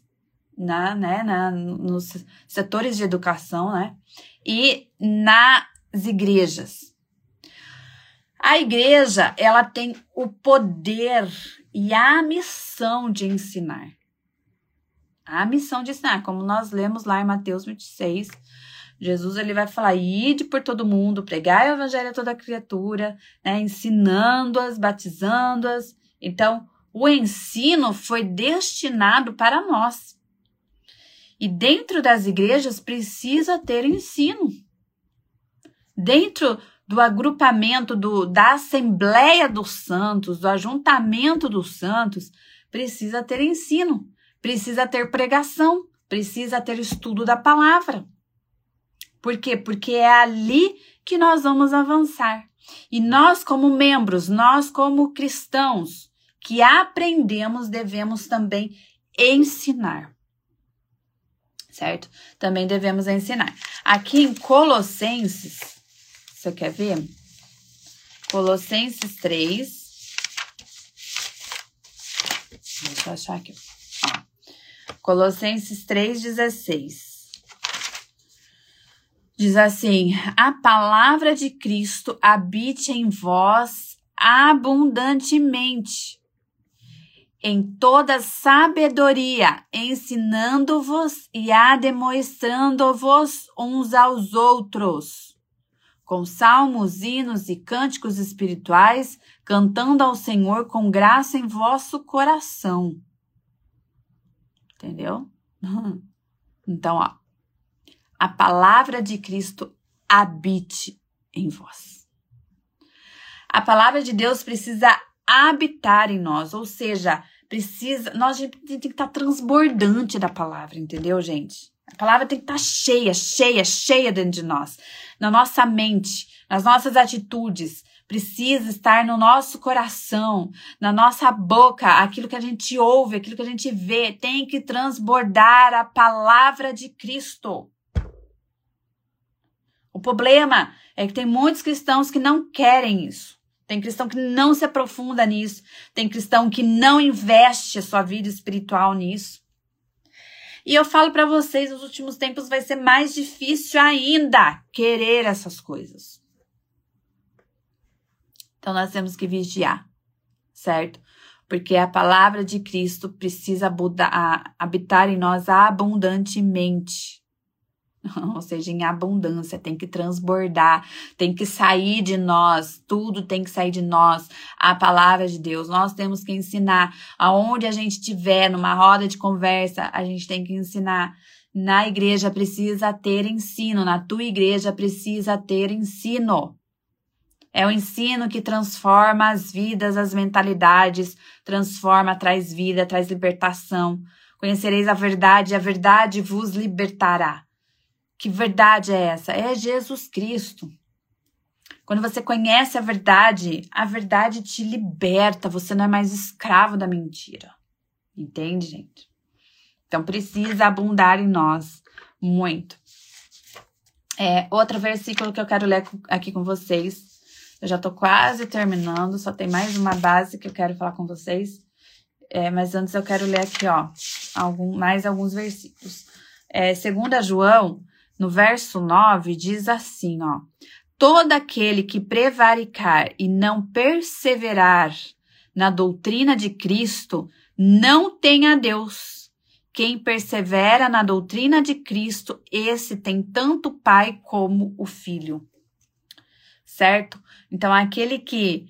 [SPEAKER 1] nos setores de educação, né? E nas igrejas. A igreja, ela tem o poder e a missão de ensinar. A missão de ensinar, como nós lemos lá em Mateus 26, Jesus ele vai falar, ide por todo mundo, pregai o evangelho a toda criatura, né, ensinando-as, batizando-as. Então, O ensino foi destinado para nós. E dentro das igrejas precisa ter ensino. Dentro do agrupamento, da Assembleia dos Santos, do ajuntamento dos santos, precisa ter ensino, precisa ter pregação, precisa ter estudo da palavra. Por quê? Porque é ali que nós vamos avançar. E nós, como membros, nós, como cristãos que aprendemos, devemos também ensinar. Certo? Também devemos ensinar. Aqui em Colossenses, você quer ver? Colossenses 3. Deixa eu achar aqui. Ó. Colossenses 3,16. Diz assim: a palavra de Cristo habite em vós abundantemente, em toda sabedoria, ensinando-vos e ademoestrando-vos uns aos outros, com salmos, hinos e cânticos espirituais, cantando ao Senhor com graça em vosso coração. Entendeu? Então, ó, a palavra de Cristo habite em vós. A palavra de Deus precisa habitar em nós, ou seja, nós tem que estar transbordante da palavra, entendeu, gente? A palavra tem que estar cheia dentro de nós, na nossa mente, nas nossas atitudes. Precisa estar no nosso coração, na nossa boca, aquilo que a gente ouve, aquilo que a gente vê, tem que transbordar a palavra de Cristo. O problema é que tem muitos cristãos que não querem isso. Tem cristão que não se aprofunda nisso. Tem cristão que não investe a sua vida espiritual nisso. E eu falo para vocês, nos últimos tempos vai ser mais difícil ainda querer essas coisas. Então nós temos que vigiar, certo? Porque a palavra de Cristo precisa habitar em nós abundantemente. Ou seja, em abundância, tem que transbordar, tem que sair de nós, tudo tem que sair de nós, a palavra de Deus. Nós temos que ensinar, aonde a gente estiver, numa roda de conversa, a gente tem que ensinar. Na igreja precisa ter ensino, na tua igreja precisa ter ensino. É o ensino que transforma as vidas, as mentalidades, transforma, traz vida, traz libertação. Conhecereis a verdade vos libertará. Que verdade é essa? É Jesus Cristo. Quando você conhece a verdade te liberta. Você não é mais escravo da mentira. Entende, gente? Então, precisa abundar em nós muito. Outro versículo que eu quero ler aqui com vocês. Eu já tô quase terminando. Só tem mais uma base que eu quero falar com vocês. Mas antes eu quero ler aqui, ó, mais alguns versículos. 2 João, no verso 9, diz assim, ó: todo aquele que prevaricar e não perseverar na doutrina de Cristo não tem a Deus. Quem persevera na doutrina de Cristo, esse tem tanto o Pai como o Filho. Certo? Então, aquele que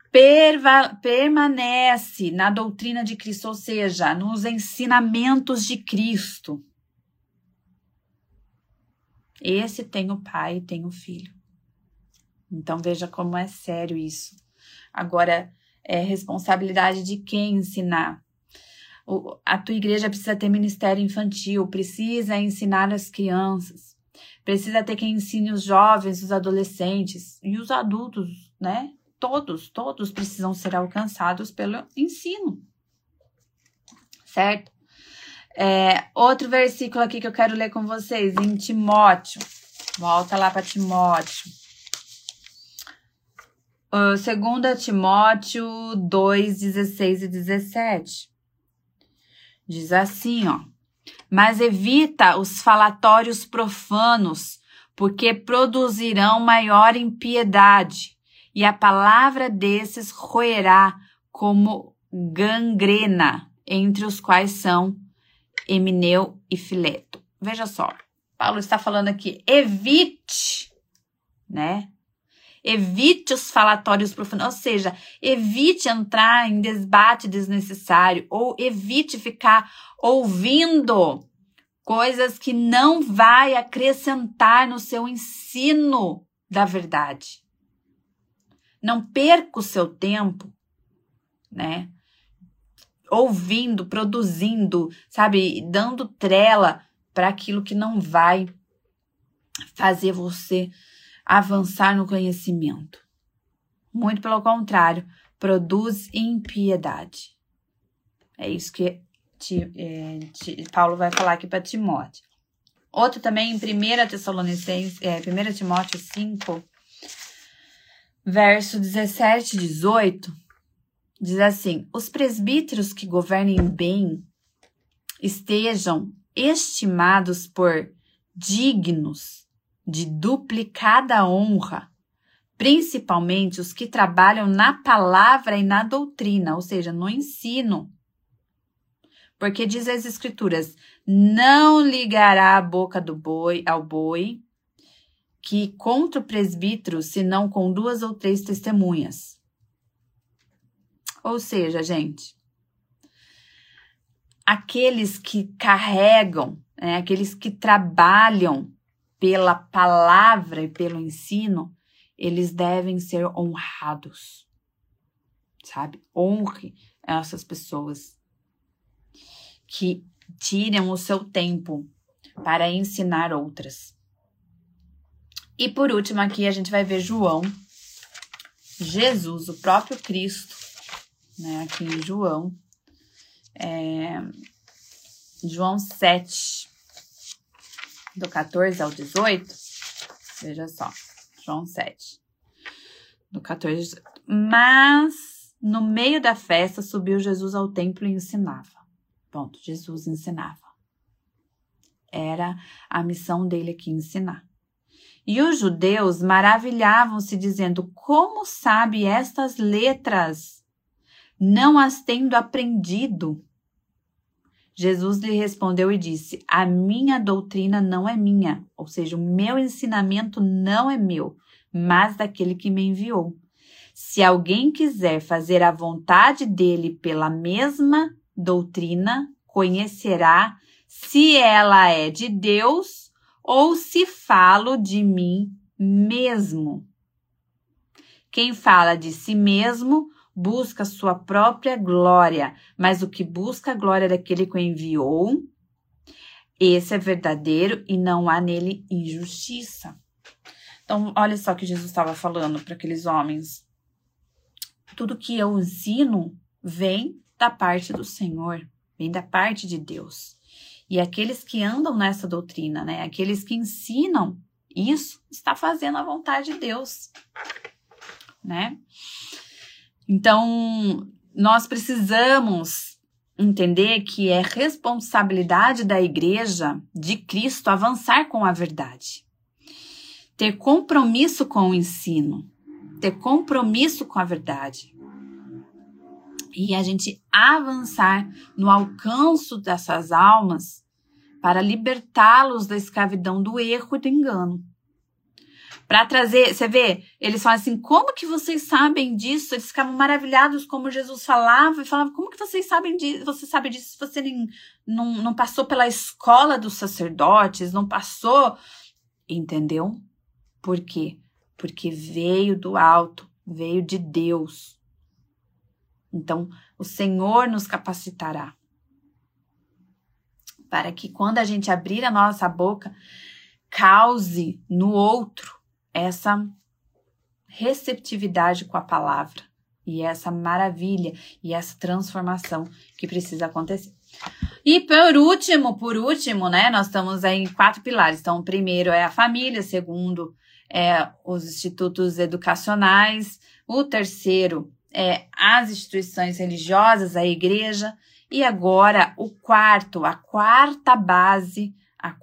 [SPEAKER 1] permanece na doutrina de Cristo, ou seja, nos ensinamentos de Cristo, esse tem o Pai e tem o Filho. Então, veja como é sério isso. Agora, é responsabilidade de quem ensinar. A tua igreja precisa ter ministério infantil, precisa ensinar as crianças, precisa ter quem ensine os jovens, os adolescentes e os adultos, né? Todos precisam ser alcançados pelo ensino. Certo? Outro versículo aqui que eu quero ler com vocês, em Timóteo. Volta lá para Timóteo. 2 Timóteo 2, 16 e 17. Diz assim, ó: mas evita os falatórios profanos, porque produzirão maior impiedade, e a palavra desses roerá como gangrena, entre os quais são Emineu e Fileto. Veja só, Paulo está falando aqui, evite, né? evite os falatórios profundos, ou seja, evite entrar em debate desnecessário ou evite ficar ouvindo coisas que não vai acrescentar no seu ensino da verdade. Não perca o seu tempo, né? Ouvindo, produzindo, sabe? Dando trela para aquilo que não vai fazer você avançar no conhecimento. Muito pelo contrário, produz impiedade. É isso que Paulo vai falar aqui para Timóteo. Outro também em 1 Timóteo 5, verso 17 e 18, diz assim: os presbíteros que governem bem estejam estimados por dignos de duplicada honra, principalmente os que trabalham na palavra e na doutrina, ou seja, no ensino. Porque diz as Escrituras, não ligará a boca do boi ao boi, que contra o presbítero, senão com 2 ou 3 testemunhas. Ou seja, gente, aqueles que carregam, né, aqueles que trabalham pela palavra e pelo ensino, eles devem ser honrados, sabe? Honre essas pessoas que tiram o seu tempo para ensinar outras. E por último aqui a gente vai ver Jesus, o próprio Cristo, né? Aqui em João 7, do 14 ao 18, veja só, João 7, do 14 ao 18. Mas no meio da festa subiu Jesus ao templo e ensinava. Ponto, Jesus ensinava. Era a missão dele aqui, ensinar. E os judeus maravilhavam-se, dizendo, como sabe estas letras, não as tendo aprendido? Jesus lhe respondeu e disse, a minha doutrina não é minha, ou seja, o meu ensinamento não é meu, mas daquele que me enviou. Se alguém quiser fazer a vontade dele pela mesma doutrina, conhecerá se ela é de Deus ou se falo de mim mesmo. Quem fala de si mesmo busca sua própria glória, mas o que busca a glória daquele que o enviou, esse é verdadeiro e não há nele injustiça. Então, olha só o que Jesus estava falando para aqueles homens. Tudo que eu ensino vem da parte do Senhor, vem da parte de Deus. E aqueles que andam nessa doutrina, né? Aqueles que ensinam isso, está fazendo a vontade de Deus, né? Então, nós precisamos entender que é responsabilidade da igreja de Cristo avançar com a verdade. Ter compromisso com o ensino, ter compromisso com a verdade. E a gente avançar no alcance dessas almas para libertá-los da escravidão do erro e do engano. Para trazer, você vê, eles falam assim, como que vocês sabem disso? Eles ficavam maravilhados como Jesus falava e falavam, como que vocês sabem disso? Você sabe disso se você não passou pela escola dos sacerdotes, não passou, entendeu? Por quê? Porque veio do alto, veio de Deus. Então, o Senhor nos capacitará para que quando a gente abrir a nossa boca, cause no outro essa receptividade com a palavra e essa maravilha e essa transformação que precisa acontecer. E por último, né, nós estamos aí em 4 pilares. Então, o primeiro é a família, o segundo é os institutos educacionais, o terceiro é as instituições religiosas, a igreja, e agora a quarta base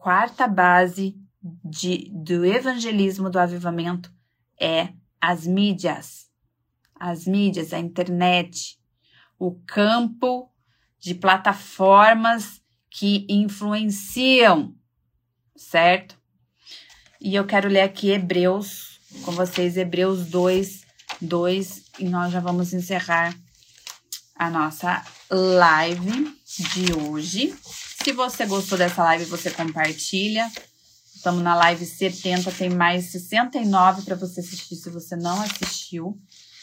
[SPEAKER 1] do evangelismo, do avivamento, é as mídias, a internet, o campo de plataformas que influenciam, certo? E eu quero ler aqui Hebreus com vocês Hebreus 2, 2, e nós já vamos encerrar a nossa live de hoje. Se você gostou dessa live, você compartilha. Estamos na live 70, tem mais 69 para você assistir se você não assistiu.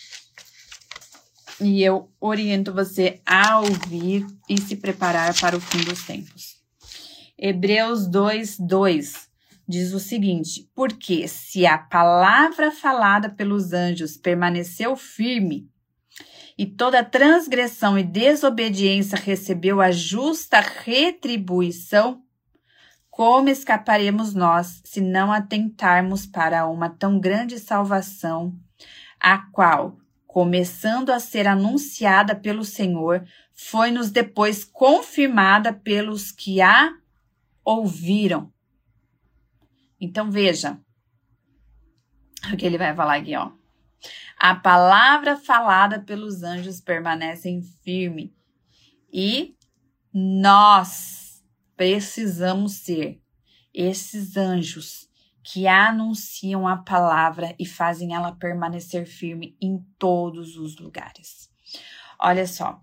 [SPEAKER 1] E eu oriento você a ouvir e se preparar para o fim dos tempos. Hebreus 2, 2 diz o seguinte: porque se a palavra falada pelos anjos permaneceu firme, e toda transgressão e desobediência recebeu a justa retribuição, como escaparemos nós se não atentarmos para uma tão grande salvação, a qual, começando a ser anunciada pelo Senhor, foi-nos depois confirmada pelos que a ouviram. Então, veja o que ele vai falar aqui, ó. A palavra falada pelos anjos permanece firme e nós precisamos ser esses anjos que anunciam a palavra e fazem ela permanecer firme em todos os lugares. Olha só,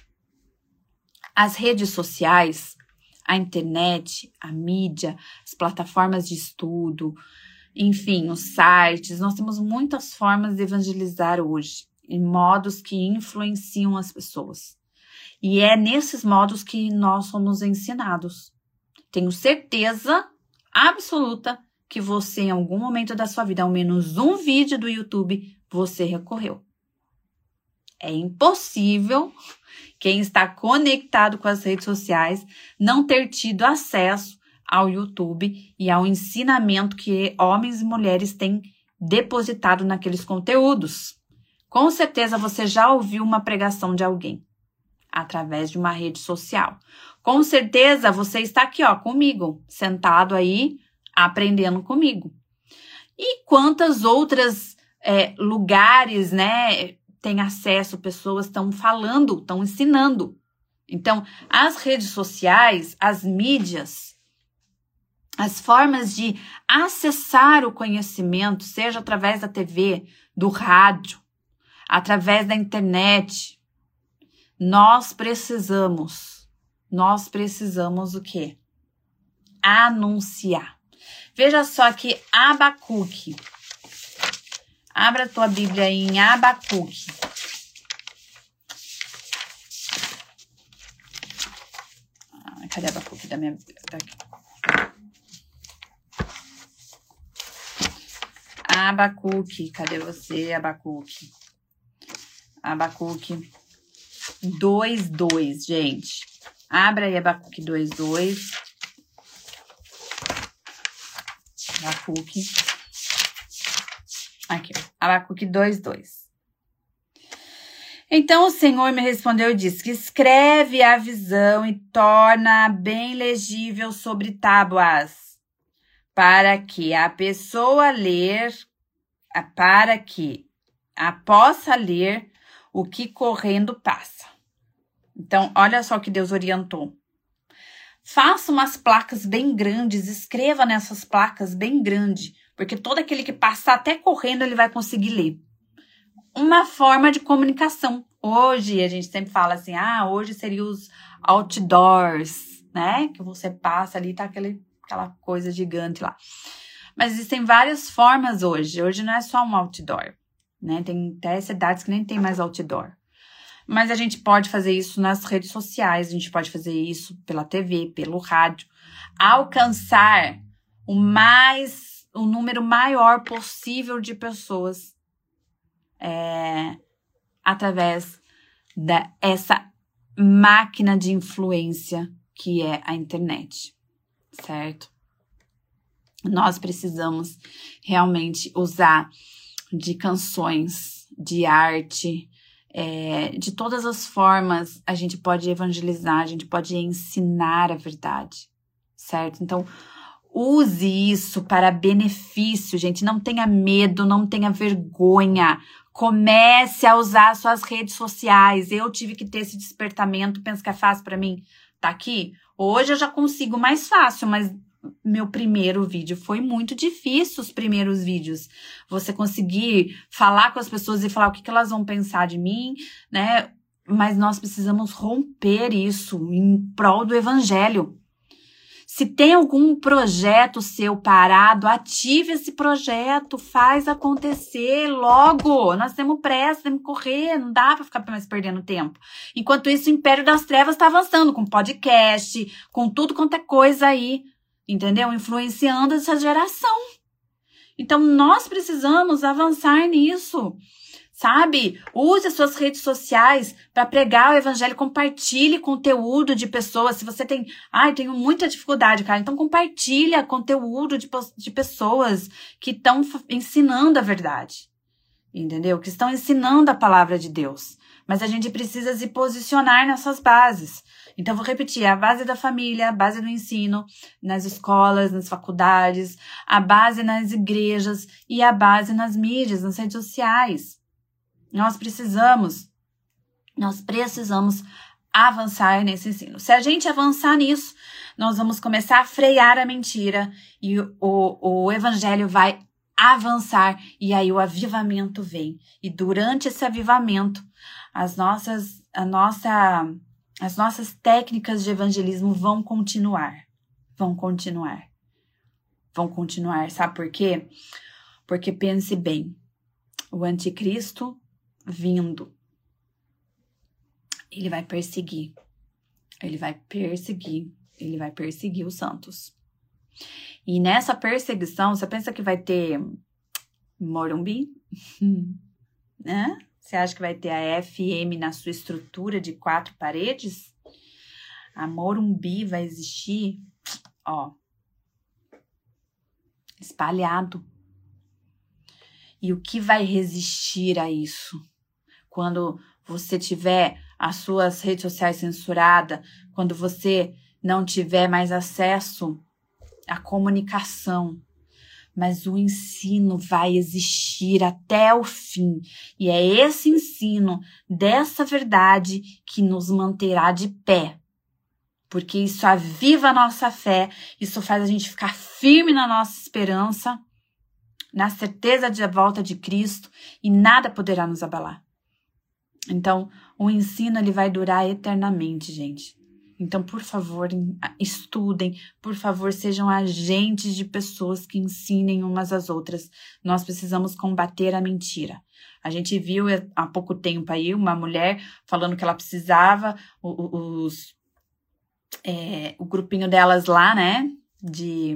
[SPEAKER 1] as redes sociais, a internet, a mídia, as plataformas de estudo, enfim, os sites, nós temos muitas formas de evangelizar hoje, em modos que influenciam as pessoas. E é nesses modos que nós somos ensinados. Tenho certeza absoluta que você, em algum momento da sua vida, ao menos um vídeo do YouTube, você recorreu. É impossível quem está conectado com as redes sociais não ter tido acesso ao YouTube e ao ensinamento que homens e mulheres têm depositado naqueles conteúdos. Com certeza você já ouviu uma pregação de alguém através de uma rede social. Com certeza você está aqui, ó, comigo, sentado aí, aprendendo comigo. E quantas outras lugares, né, tem acesso, pessoas estão falando, estão ensinando. Então, as redes sociais, as mídias, as formas de acessar o conhecimento, seja através da TV, do rádio, através da internet, nós precisamos o quê? Anunciar. Veja só que Abacuque. Abra a tua Bíblia em Abacuque. Cadê Abacuque da minha Bíblia? Tá aqui. Abacuque, cadê você, Abacuque? Abacuque 2:2, gente. Abra aí Abacuque 2:2. Abacuque. Aqui, Abacuque 2:2. Então o Senhor me respondeu e disse que escreve a visão e torna bem legível sobre tábuas, para que a pessoa possa ler o que correndo passa. Então, olha só o que Deus orientou. Faça umas placas bem grandes, escreva nessas placas bem grandes, porque todo aquele que passar até correndo, ele vai conseguir ler. Uma forma de comunicação. Hoje, a gente sempre fala assim, hoje seria os outdoors, né? Que você passa ali, tá aquela coisa gigante lá. Mas existem várias formas hoje. Hoje não é só um outdoor, né? Tem até cidades que nem tem mais outdoor. Mas a gente pode fazer isso nas redes sociais, a gente pode fazer isso pela TV, pelo rádio. Alcançar o número maior possível de pessoas através dessa máquina de influência que é a internet, certo? Nós precisamos realmente usar de canções, de arte, de todas as formas a gente pode evangelizar, a gente pode ensinar a verdade, certo? Então, use isso para benefício, gente. Não tenha medo, não tenha vergonha. Comece a usar suas redes sociais. Eu tive que ter esse despertamento. Pensa que é fácil para mim? Tá aqui? Hoje eu já consigo mais fácil, mas meu primeiro vídeo. Foi muito difícil os primeiros vídeos. Você conseguir falar com as pessoas e falar o que elas vão pensar de mim, né? Mas nós precisamos romper isso em prol do evangelho. Se tem algum projeto seu parado, ative esse projeto, faz acontecer logo. Nós temos pressa, temos que correr, não dá para ficar mais perdendo tempo. Enquanto isso, o Império das Trevas está avançando com podcast, com tudo quanto é coisa aí, entendeu? Influenciando essa geração. Então, nós precisamos avançar nisso. Sabe? Use as suas redes sociais para pregar o evangelho, compartilhe conteúdo de pessoas. Se você tem, tenho muita dificuldade, cara, então compartilha conteúdo de pessoas que estão ensinando a verdade, entendeu? Que estão ensinando a palavra de Deus. Mas a gente precisa se posicionar nessas bases. Então, vou repetir, a base da família, a base do ensino, nas escolas, nas faculdades, a base nas igrejas e a base nas mídias, nas redes sociais. Nós precisamos avançar nesse ensino. Se a gente avançar nisso, nós vamos começar a frear a mentira e o evangelho vai avançar e aí o avivamento vem. E durante esse avivamento, as nossas técnicas de evangelismo vão continuar. Sabe por quê? Porque pense bem, o anticristo vindo, ele vai perseguir os santos. E nessa perseguição, você pensa que vai ter Morumbi? Né? Você acha que vai ter a FM na sua estrutura de 4 paredes? A Morumbi vai existir, espalhado. E o que vai resistir a isso? Quando você tiver as suas redes sociais censuradas, quando você não tiver mais acesso à comunicação, mas o ensino vai existir até o fim. E é esse ensino dessa verdade que nos manterá de pé. Porque isso aviva a nossa fé, isso faz a gente ficar firme na nossa esperança, na certeza da volta de Cristo, e nada poderá nos abalar. Então, o ensino ele vai durar eternamente, gente. Então, por favor, estudem, por favor, sejam agentes de pessoas que ensinem umas às outras. Nós precisamos combater a mentira. A gente viu há pouco tempo aí uma mulher falando que ela precisava, o grupinho delas lá, né, de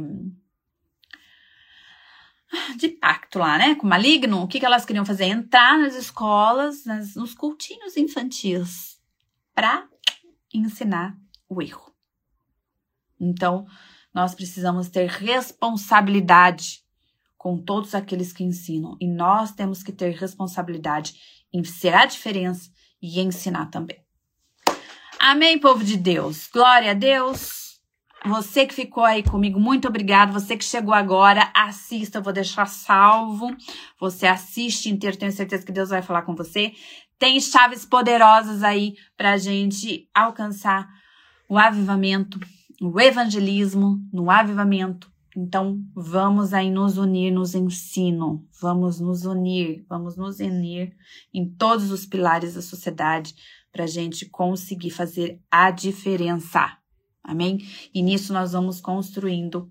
[SPEAKER 1] pacto lá, né, com o maligno. O que elas queriam fazer? Entrar nas escolas, nos cultinhos infantis, para ensinar o erro. Então, nós precisamos ter responsabilidade com todos aqueles que ensinam. E nós temos que ter responsabilidade em ser a diferença e ensinar também. Amém, povo de Deus. Glória a Deus. Você que ficou aí comigo, muito obrigado. Você que chegou agora, assista, eu vou deixar salvo. Você assiste inteiro, tenho certeza que Deus vai falar com você. Tem chaves poderosas aí pra gente alcançar o avivamento, o evangelismo no avivamento. Então, vamos aí nos unir nos ensino. Vamos nos unir em todos os pilares da sociedade pra gente conseguir fazer a diferença. Amém? E nisso nós vamos construindo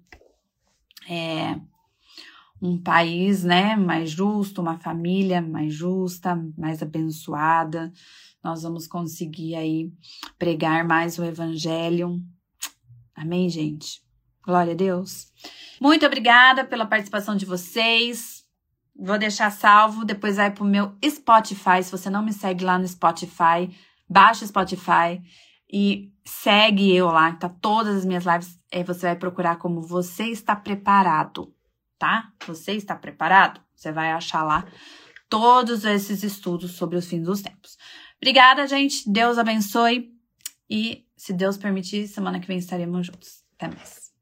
[SPEAKER 1] um país, né, mais justo, uma família mais justa, mais abençoada. Nós vamos conseguir aí pregar mais o evangelho. Amém, gente? Glória a Deus. Muito obrigada pela participação de vocês. Vou deixar salvo, depois vai pro meu Spotify. Se você não me segue lá no Spotify, baixa o Spotify e segue eu lá, tá? Todas as minhas lives, você vai procurar como Você Está Preparado, tá? Você está preparado? Você vai achar lá todos esses estudos sobre os fins dos tempos. Obrigada, gente. Deus abençoe. E, se Deus permitir, semana que vem estaremos juntos. Até mais.